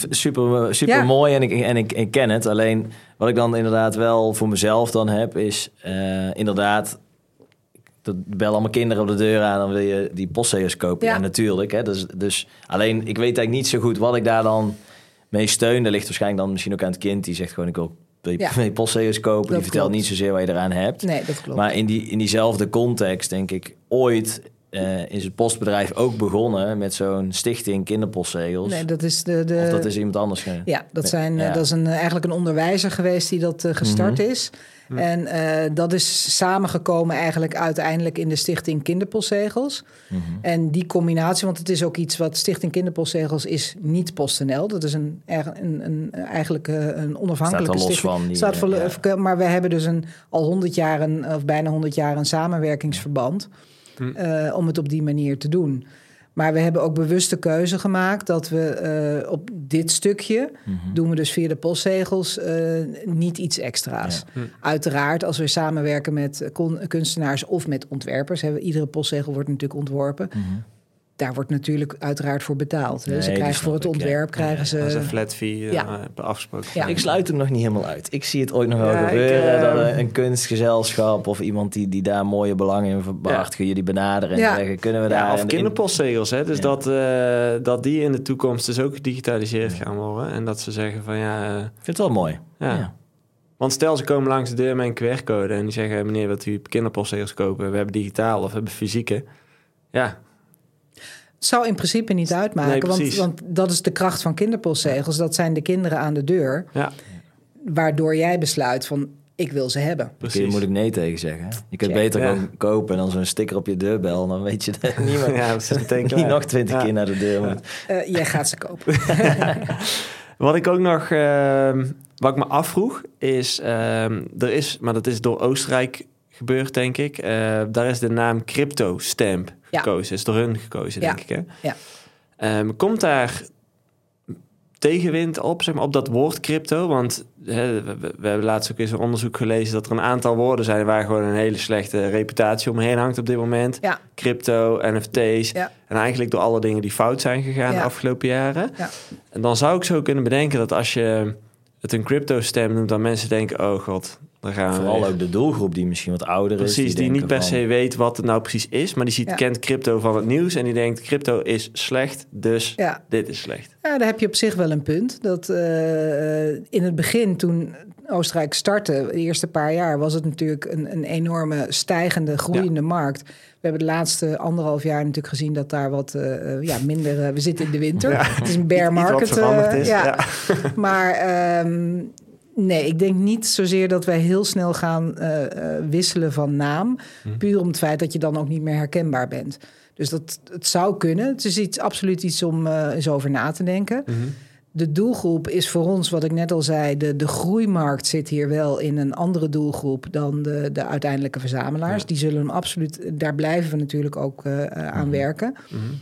super mooi en ik ken het. Alleen wat ik dan inderdaad wel voor mezelf dan heb is inderdaad. Dat bellen allemaal kinderen op de deur aan, dan wil je die postzegels kopen. Ja, natuurlijk. Hè. Dus alleen, ik weet eigenlijk niet zo goed wat ik daar dan mee steun. Dat ligt waarschijnlijk dan misschien ook aan het kind. Die zegt gewoon, ik wil die postzegels kopen. Dat die vertelt niet zozeer wat je eraan hebt. Nee, dat klopt. Maar in diezelfde context, denk ik, ooit is het postbedrijf ook begonnen met zo'n stichting kinderpostzegels. Nee, dat is Of dat is iemand anders. Ja, dat is eigenlijk een onderwijzer geweest die dat gestart is. En dat is samengekomen eigenlijk uiteindelijk in de Stichting Kinderpostzegels. En die combinatie, want het is ook iets wat Stichting Kinderpostzegels is niet PostNL. Dat is eigenlijk een onafhankelijke stichting. Maar we hebben dus al 100 jaar of bijna 100 jaar een samenwerkingsverband om het op die manier te doen. Maar we hebben ook bewust de keuze gemaakt dat we op dit stukje doen we dus via de postzegels niet iets extra's. Ja. Uiteraard, als we samenwerken met kunstenaars of met ontwerpers, iedere postzegel wordt natuurlijk ontworpen. Daar wordt natuurlijk uiteraard voor betaald. Nee, ze krijgen voor het ontwerp krijgen ze... Dat is een flat fee afgesproken. Ja. Ik sluit hem nog niet helemaal uit. Ik zie het ooit nog wel gebeuren dat een kunstgezelschap of iemand die daar mooie belangen in behartigen, jullie benaderen en zeggen, kunnen we daar... Of kinderpostzegels, hè. Dus dat die in de toekomst dus ook gedigitaliseerd gaan worden. En dat ze zeggen van ik vind het wel mooi. Ja. Want stel, ze komen langs de deur met een QR-code en die zeggen, meneer, wilt u kinderpostzegels kopen? We hebben digitaal of we hebben fysieke. Ja. Zou in principe niet uitmaken, want dat is de kracht van kinderpostzegels. Dat zijn de kinderen aan de deur, waardoor jij besluit van, ik wil ze hebben. Precies. Hier moet ik nee tegen zeggen. Je kunt beter gewoon kopen en dan zo'n sticker op je deurbel. Dan weet je dat niemand niet nog 20 keer naar de deur moet. Jij gaat ze kopen. Wat ik ook nog... wat ik me afvroeg is... maar dat is door Oostenrijk gebeurd, denk ik. Daar is de naam CryptoStamp gekozen. Is door hun gekozen, denk ik. Hè? Ja. Komt daar tegenwind op, zeg maar, op dat woord crypto? Want we hebben laatst ook eens een onderzoek gelezen... dat er een aantal woorden zijn... waar gewoon een hele slechte reputatie omheen hangt op dit moment. Ja. Crypto, NFT's. Ja. En eigenlijk door alle dingen die fout zijn gegaan de afgelopen jaren. Ja. En dan zou ik zo kunnen bedenken dat als je het een crypto-stem noemt... dan mensen denken, oh god... Vooral ook de doelgroep die misschien wat ouder is. Precies, die niet per se weet wat het nou precies is... maar die kent crypto van het nieuws... en die denkt, crypto is slecht, dus dit is slecht. Ja, daar heb je op zich wel een punt. Dat in het begin, toen Oostenrijk startte... de eerste paar jaar, was het natuurlijk een enorme stijgende, groeiende markt... We hebben de laatste 1,5 jaar natuurlijk gezien dat daar wat minder... we zitten in de winter. Ja. Het is een bear market. Maar nee, ik denk niet zozeer dat wij heel snel gaan wisselen van naam. Puur om het feit dat je dan ook niet meer herkenbaar bent. Dus het zou kunnen. Het is absoluut iets om eens over na te denken. De doelgroep is voor ons, wat ik net al zei... de groeimarkt zit hier wel in een andere doelgroep... dan de uiteindelijke verzamelaars. Ja. Die zullen hem absoluut... Daar blijven we natuurlijk ook aan werken.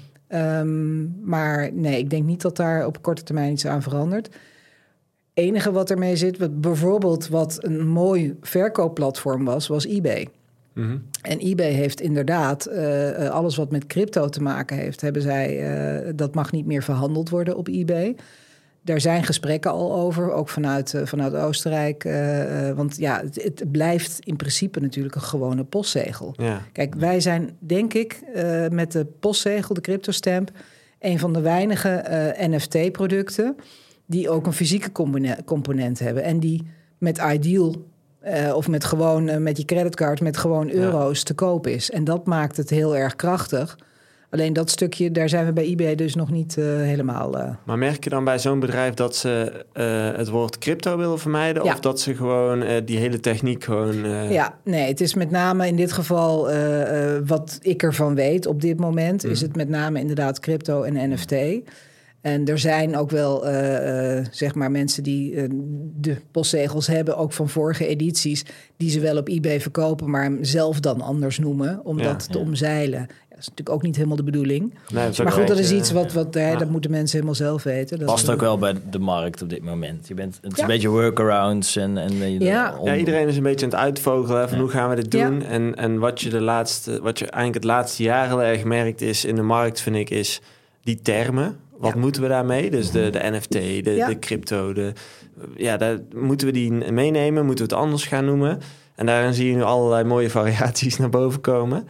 Maar nee, ik denk niet dat daar op korte termijn iets aan verandert. Enige wat ermee zit... bijvoorbeeld wat een mooi verkoopplatform was eBay. En eBay heeft inderdaad alles wat met crypto te maken heeft... hebben zij, dat mag niet meer verhandeld worden op eBay... Daar zijn gesprekken al over, ook vanuit Oostenrijk. Want ja, het blijft in principe natuurlijk een gewone postzegel. Ja. Kijk, wij zijn, denk ik, met de postzegel, de CryptoStamp... een van de weinige NFT-producten... die ook een fysieke component hebben. En die met Ideal of met gewoon met je creditcard... met gewoon euro's te koop is. En dat maakt het heel erg krachtig... Alleen dat stukje, daar zijn we bij eBay dus nog niet helemaal... Maar merk je dan bij zo'n bedrijf dat ze het woord crypto willen vermijden? Ja. Of dat ze gewoon die hele techniek gewoon... Ja, nee, het is met name in dit geval wat ik ervan weet op dit moment... is het met name inderdaad crypto en NFT... En er zijn ook wel, zeg maar, mensen die de postzegels hebben... ook van vorige edities, die ze wel op eBay verkopen... maar hem zelf dan anders noemen, om dat te omzeilen. Ja, dat is natuurlijk ook niet helemaal de bedoeling. Nee, maar goed, dat is iets dat moeten mensen helemaal zelf weten. Dat past ook wel bij de markt op dit moment. Het is een beetje workarounds. Iedereen is een beetje aan het uitvogelen van hoe gaan we dit doen. Ja. En wat je eigenlijk het laatste jaar heel erg merkt is in de markt, vind ik, is die termen... Wat moeten we daarmee? Dus de NFT, de crypto. Daar moeten we die meenemen? Moeten we het anders gaan noemen? En daarin zie je nu allerlei mooie variaties naar boven komen.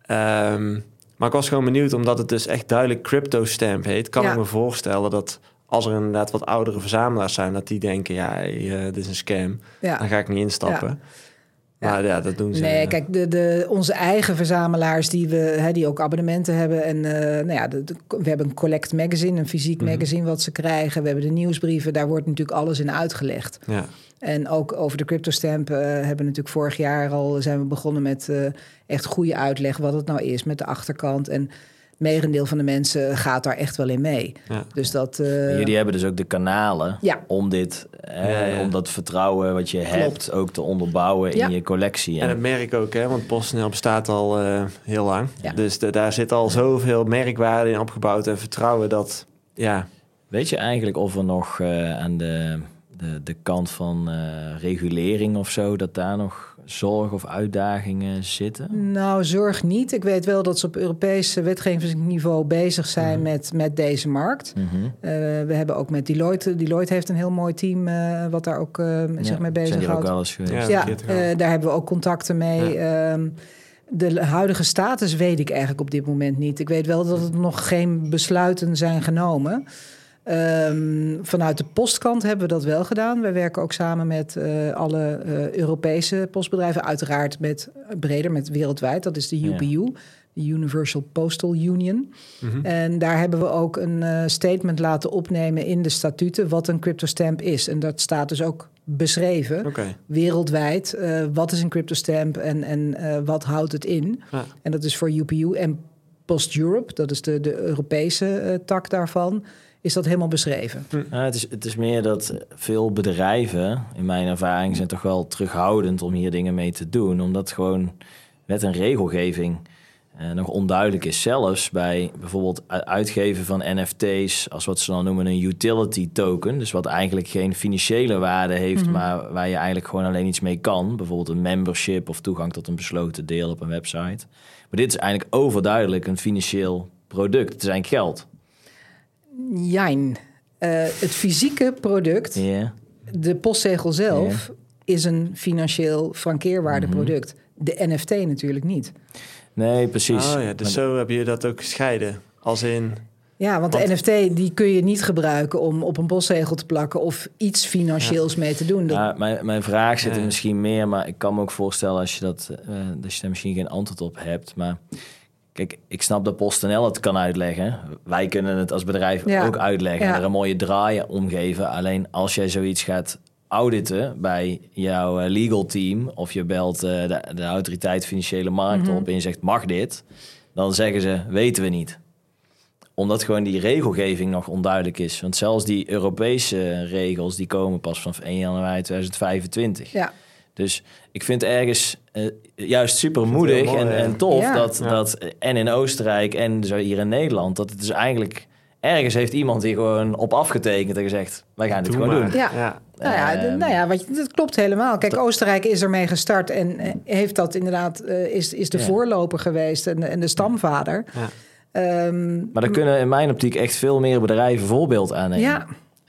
Maar ik was gewoon benieuwd, omdat het dus echt duidelijk CryptoStamp heet... kan ik me voorstellen dat als er inderdaad wat oudere verzamelaars zijn... dat die denken, dit is een scam. Ja. Dan ga ik niet instappen. Ja. Maar dat doen ze. Nee, kijk, onze eigen verzamelaars die ook abonnementen hebben. En we hebben een Collect magazine, een fysiek magazine wat ze krijgen. We hebben de nieuwsbrieven, daar wordt natuurlijk alles in uitgelegd. Ja. En ook over de CryptoStamp hebben we natuurlijk vorig jaar al... zijn we begonnen met echt goede uitleg wat het nou is met de achterkant... en merendeel van de mensen gaat daar echt wel in mee. Ja. Dus dat, jullie hebben dus ook de kanalen om dit, om dat vertrouwen wat je hebt ook te onderbouwen in je collectie. En dat merk ook, want PostNL bestaat al heel lang. Ja. Dus daar zit al zoveel merkwaarde in opgebouwd en vertrouwen dat, Weet je eigenlijk of er nog aan de kant van regulering of zo, dat daar nog zorg of uitdagingen zitten? Nou, zorg niet. Ik weet wel dat ze op Europees wetgevingsniveau bezig zijn met deze markt. We hebben ook met Deloitte. Deloitte heeft een heel mooi team wat daar ook zich mee bezighoudt. Ook wel eens geweest. Daar hebben we ook contacten mee. Ja. De huidige status weet ik eigenlijk op dit moment niet. Ik weet wel dat er nog geen besluiten zijn genomen. Vanuit de postkant hebben we dat wel gedaan. Wij werken ook samen met alle Europese postbedrijven. Uiteraard breder met wereldwijd. Dat is de UPU, de Universal Postal Union. En daar hebben we ook een statement laten opnemen in de statuten... wat een CryptoStamp is. En dat staat dus ook beschreven, wereldwijd. Wat is een CryptoStamp en wat houdt het in? Ja. En dat is voor UPU en Post Europe, dat is de Europese tak daarvan, is dat helemaal beschreven. Het is meer dat veel bedrijven, in mijn ervaring, zijn toch wel terughoudend om hier dingen mee te doen. Omdat gewoon wet en regelgeving nog onduidelijk is. Zelfs bij bijvoorbeeld uitgeven van NFT's, als wat ze dan noemen een utility token. Dus wat eigenlijk geen financiële waarde heeft, maar waar je eigenlijk gewoon alleen iets mee kan. Bijvoorbeeld een membership of toegang tot een besloten deel op een website. Maar dit is eigenlijk overduidelijk een financieel product. Het is eigenlijk geld. Jijn. Het fysieke product, de postzegel zelf, is een financieel frankeerwaardeproduct. De NFT natuurlijk niet. Nee, precies. Oh ja, dus zo heb je dat ook gescheiden. Als in... Ja, want de NFT die kun je niet gebruiken om op een postzegel te plakken of iets financieels mee te doen. Mijn vraag zit er misschien meer, maar ik kan me ook voorstellen als je dat je daar misschien geen antwoord op hebt. Maar kijk, ik snap dat PostNL het kan uitleggen. Wij kunnen het als bedrijf ook uitleggen en er een mooie draai omgeven. Alleen als jij zoiets gaat auditen bij jouw legal team of je belt de autoriteit financiële markten op en je zegt mag dit, dan zeggen ze weten we niet. Omdat gewoon die regelgeving nog onduidelijk is. Want zelfs die Europese regels die komen pas vanaf 1 januari 2025. Ja. Dus ik vind ergens juist super moedig en tof dat en in Oostenrijk en zo hier in Nederland, dat het dus eigenlijk ergens heeft iemand hier gewoon op afgetekend en gezegd wij gaan dit gewoon doen. Ja. Dat klopt helemaal. Kijk, Oostenrijk is ermee gestart en heeft dat inderdaad is de voorloper geweest en de stamvader. Ja. Maar daar kunnen in mijn optiek echt veel meer bedrijven voorbeeld aan nemen.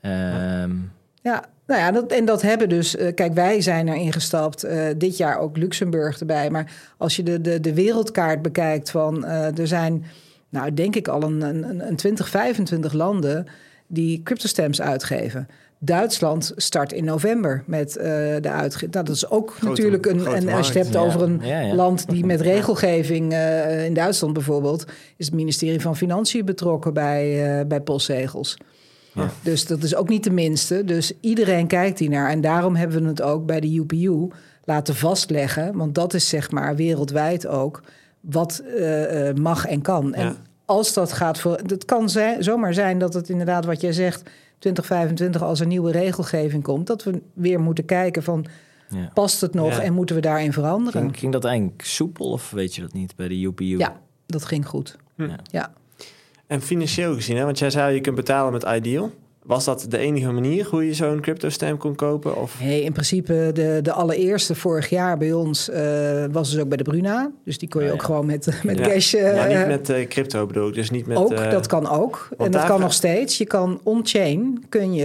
Dat hebben dus... kijk, wij zijn erin gestapt. Dit jaar ook Luxemburg erbij. Maar als je de wereldkaart bekijkt van... er zijn, denk ik al een 20, 25 landen die cryptostamps uitgeven. Duitsland start in november met de uitgave. Dat is ook natuurlijk als je het hebt over een land die met regelgeving... in Duitsland bijvoorbeeld... is het ministerie van Financiën betrokken bij postzegels. Ja. Dus dat is ook niet de minste. Dus iedereen kijkt hier naar. En daarom hebben we het ook bij de UPU laten vastleggen. Want dat is zeg maar wereldwijd ook wat mag en kan. En als dat gaat voor... Het kan zomaar zijn dat het inderdaad wat jij zegt... 2025 als er nieuwe regelgeving komt... dat we weer moeten kijken van... past het nog en moeten we daarin veranderen? Ging dat eigenlijk soepel of weet je dat niet bij de UPU? Ja, dat ging goed. Ja. En financieel gezien, hè? Want jij zei je kunt betalen met Ideal. Was dat de enige manier hoe je zo'n crypto-stamp kon kopen? Of? Nee, in principe de allereerste vorig jaar bij ons was dus ook bij de Bruna. Dus die kon je ook gewoon met cash... maar niet met crypto bedoel ik, dus niet met... Ook, dat kan ook. En dat kan nog steeds. Je kan on-chain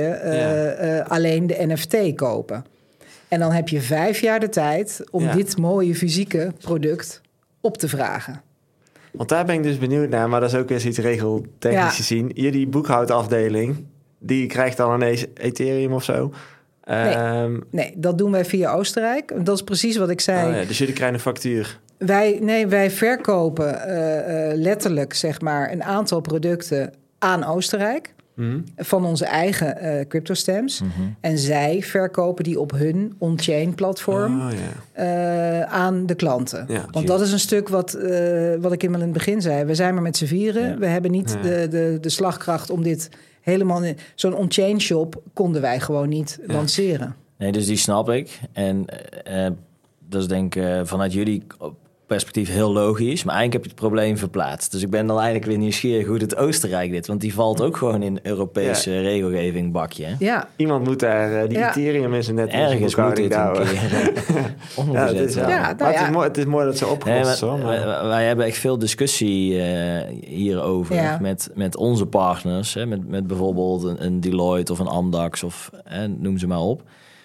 alleen de NFT kopen. En dan heb je 5 jaar de tijd om dit mooie fysieke product op te vragen. Want daar ben ik dus benieuwd naar, maar dat is ook weer iets regeltechnisch te zien. Jullie boekhoudafdeling... die krijgt dan ineens Ethereum of zo? Nee, dat doen wij via Oostenrijk. Dat is precies wat ik zei. Dus jullie krijgen een factuur? Wij verkopen letterlijk zeg maar een aantal producten aan Oostenrijk... van onze eigen cryptostamps. En zij verkopen die op hun on-chain platform aan de klanten. Ja, want dat is een stuk wat ik in het begin zei. We zijn maar met z'n vieren. Ja. We hebben niet de slagkracht om dit helemaal... Zo'n on-chain shop konden wij gewoon niet lanceren. Nee, dus die snap ik. En dat is denk ik vanuit jullie perspectief heel logisch. Maar eigenlijk heb je het probleem verplaatst. Dus ik ben dan eigenlijk weer nieuwsgierig hoe het Oostenrijk dit... want die valt ook gewoon in Europese regelgeving bakje. Hè? Ja. Iemand moet daar die Ethereum in zijn net ergens moet dit een keer omgezet. Het is mooi dat ze opgelost is. Wij hebben echt veel discussie hierover met onze partners. Hè, met bijvoorbeeld een Deloitte of een Amdax of noem ze maar op.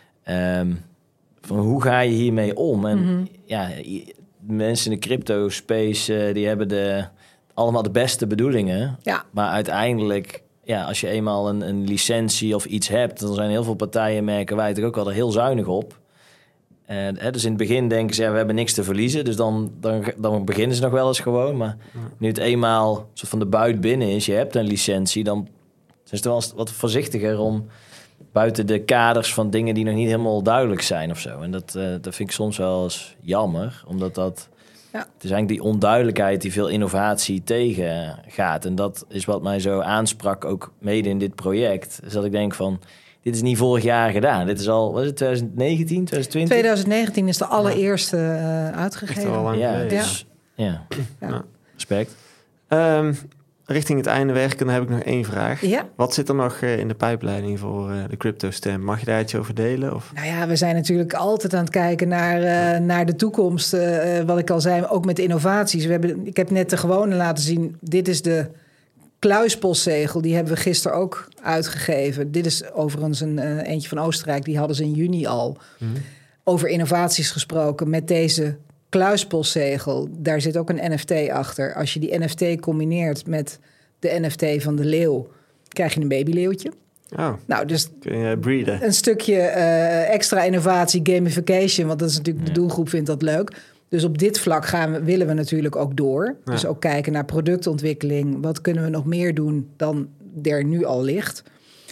Van hoe ga je hiermee om? En mensen in de crypto-space, die hebben allemaal de beste bedoelingen. Ja. Maar uiteindelijk, als je eenmaal een licentie of iets hebt... dan zijn heel veel partijen, merken wij toch ook wel er heel zuinig op. Dus in het begin denken ze, we hebben niks te verliezen. Dus dan beginnen ze nog wel eens gewoon. Maar nu het eenmaal soort van de buit binnen is, je hebt een licentie... dan zijn ze wel eens wat voorzichtiger om... buiten de kaders van dingen die nog niet helemaal duidelijk zijn of zo. En dat vind ik soms wel eens jammer, omdat dat Ja. Het is eigenlijk die onduidelijkheid die veel innovatie tegengaat. En dat is wat mij zo aansprak, ook mede in dit project. Dus dat ik denk van, dit is niet vorig jaar gedaan. Dit is al, was het 2019, 2020? 2019 is de allereerste uitgegeven. Echt al lang geleden. Dus, ja. Respect. Richting het einde werken, dan heb ik nog 1 vraag. Ja. Wat zit er nog in de pijpleiding voor de CryptoStamp? Mag je daar iets over delen? Of? Nou ja, we zijn natuurlijk altijd aan het kijken naar de toekomst. Wat ik al zei, ook met innovaties. Ik heb net de gewone laten zien. Dit is de kluispostzegel. Die hebben we gisteren ook uitgegeven. Dit is overigens een eentje van Oostenrijk. Die hadden ze in juni al. Over innovaties gesproken met deze kluispostzegel. Daar zit ook een NFT achter. Als je die NFT combineert met de NFT van de leeuw, krijg je een babyleeuwtje. Oh, nou, dus kun je breeden. Een stukje extra innovatie, gamification, want dat is natuurlijk de doelgroep vindt dat leuk. Dus op dit vlak willen we natuurlijk ook door. Ja. Dus ook kijken naar productontwikkeling. Wat kunnen we nog meer doen dan er nu al ligt?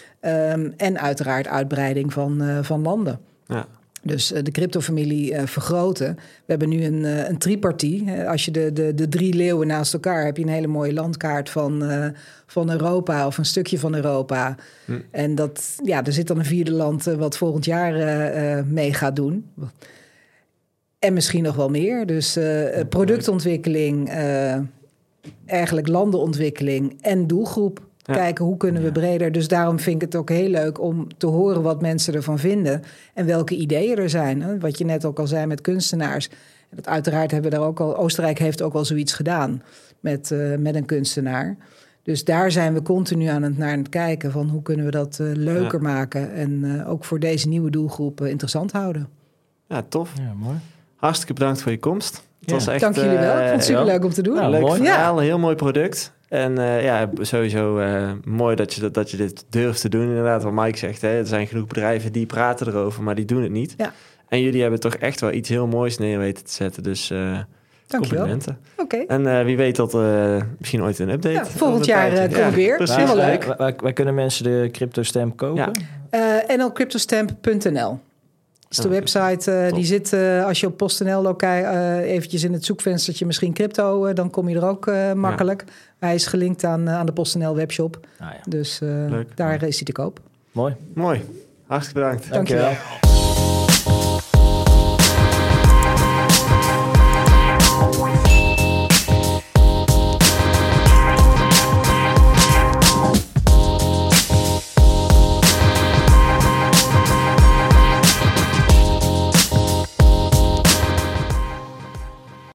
En uiteraard uitbreiding van landen. Ja. Dus de cryptofamilie vergroten. We hebben nu een tripartie. Als je de 3 leeuwen naast elkaar heb je een hele mooie landkaart van Europa of een stukje van Europa. En er zit dan een 4e land wat volgend jaar mee gaat doen. En misschien nog wel meer. Dus productontwikkeling, eigenlijk landenontwikkeling en doelgroep. Ja. Kijken hoe kunnen we breder. Dus daarom vind ik het ook heel leuk om te horen wat mensen ervan vinden. En welke ideeën er zijn. Hè? Wat je net ook al zei met kunstenaars. Dat uiteraard hebben we daar ook al. Oostenrijk heeft ook al zoiets gedaan met een kunstenaar. Dus daar zijn we continu naar het kijken van hoe kunnen we dat leuker maken. En ook voor deze nieuwe doelgroep interessant houden. Ja, tof. Ja, mooi. Hartstikke bedankt voor je komst. Het was echt, dank jullie wel. Ik vond het superleuk om te doen. Leuk mooi verhaal, een heel mooi product. En sowieso mooi dat je dit durft te doen. Inderdaad, wat Mike zegt. Hè, er zijn genoeg bedrijven die praten erover, maar die doen het niet. Ja. En jullie hebben toch echt wel iets heel moois neer weten te zetten. Dus complimenten. Okay. En wie weet dat misschien ooit een update. Ja, volgend jaar kom ik weer. Precies. Helemaal leuk. Waar kunnen mensen de CryptoStamp kopen? Ja. nlcryptostamp.nl. Dus de website, die zit, als je op PostNL ook eventjes in het zoekvenstertje misschien crypto, dan kom je er ook makkelijk. Ja. Hij is gelinkt aan de PostNL webshop. Dus daar is hij te koop. Mooi. Hartstikke bedankt. Dankjewel.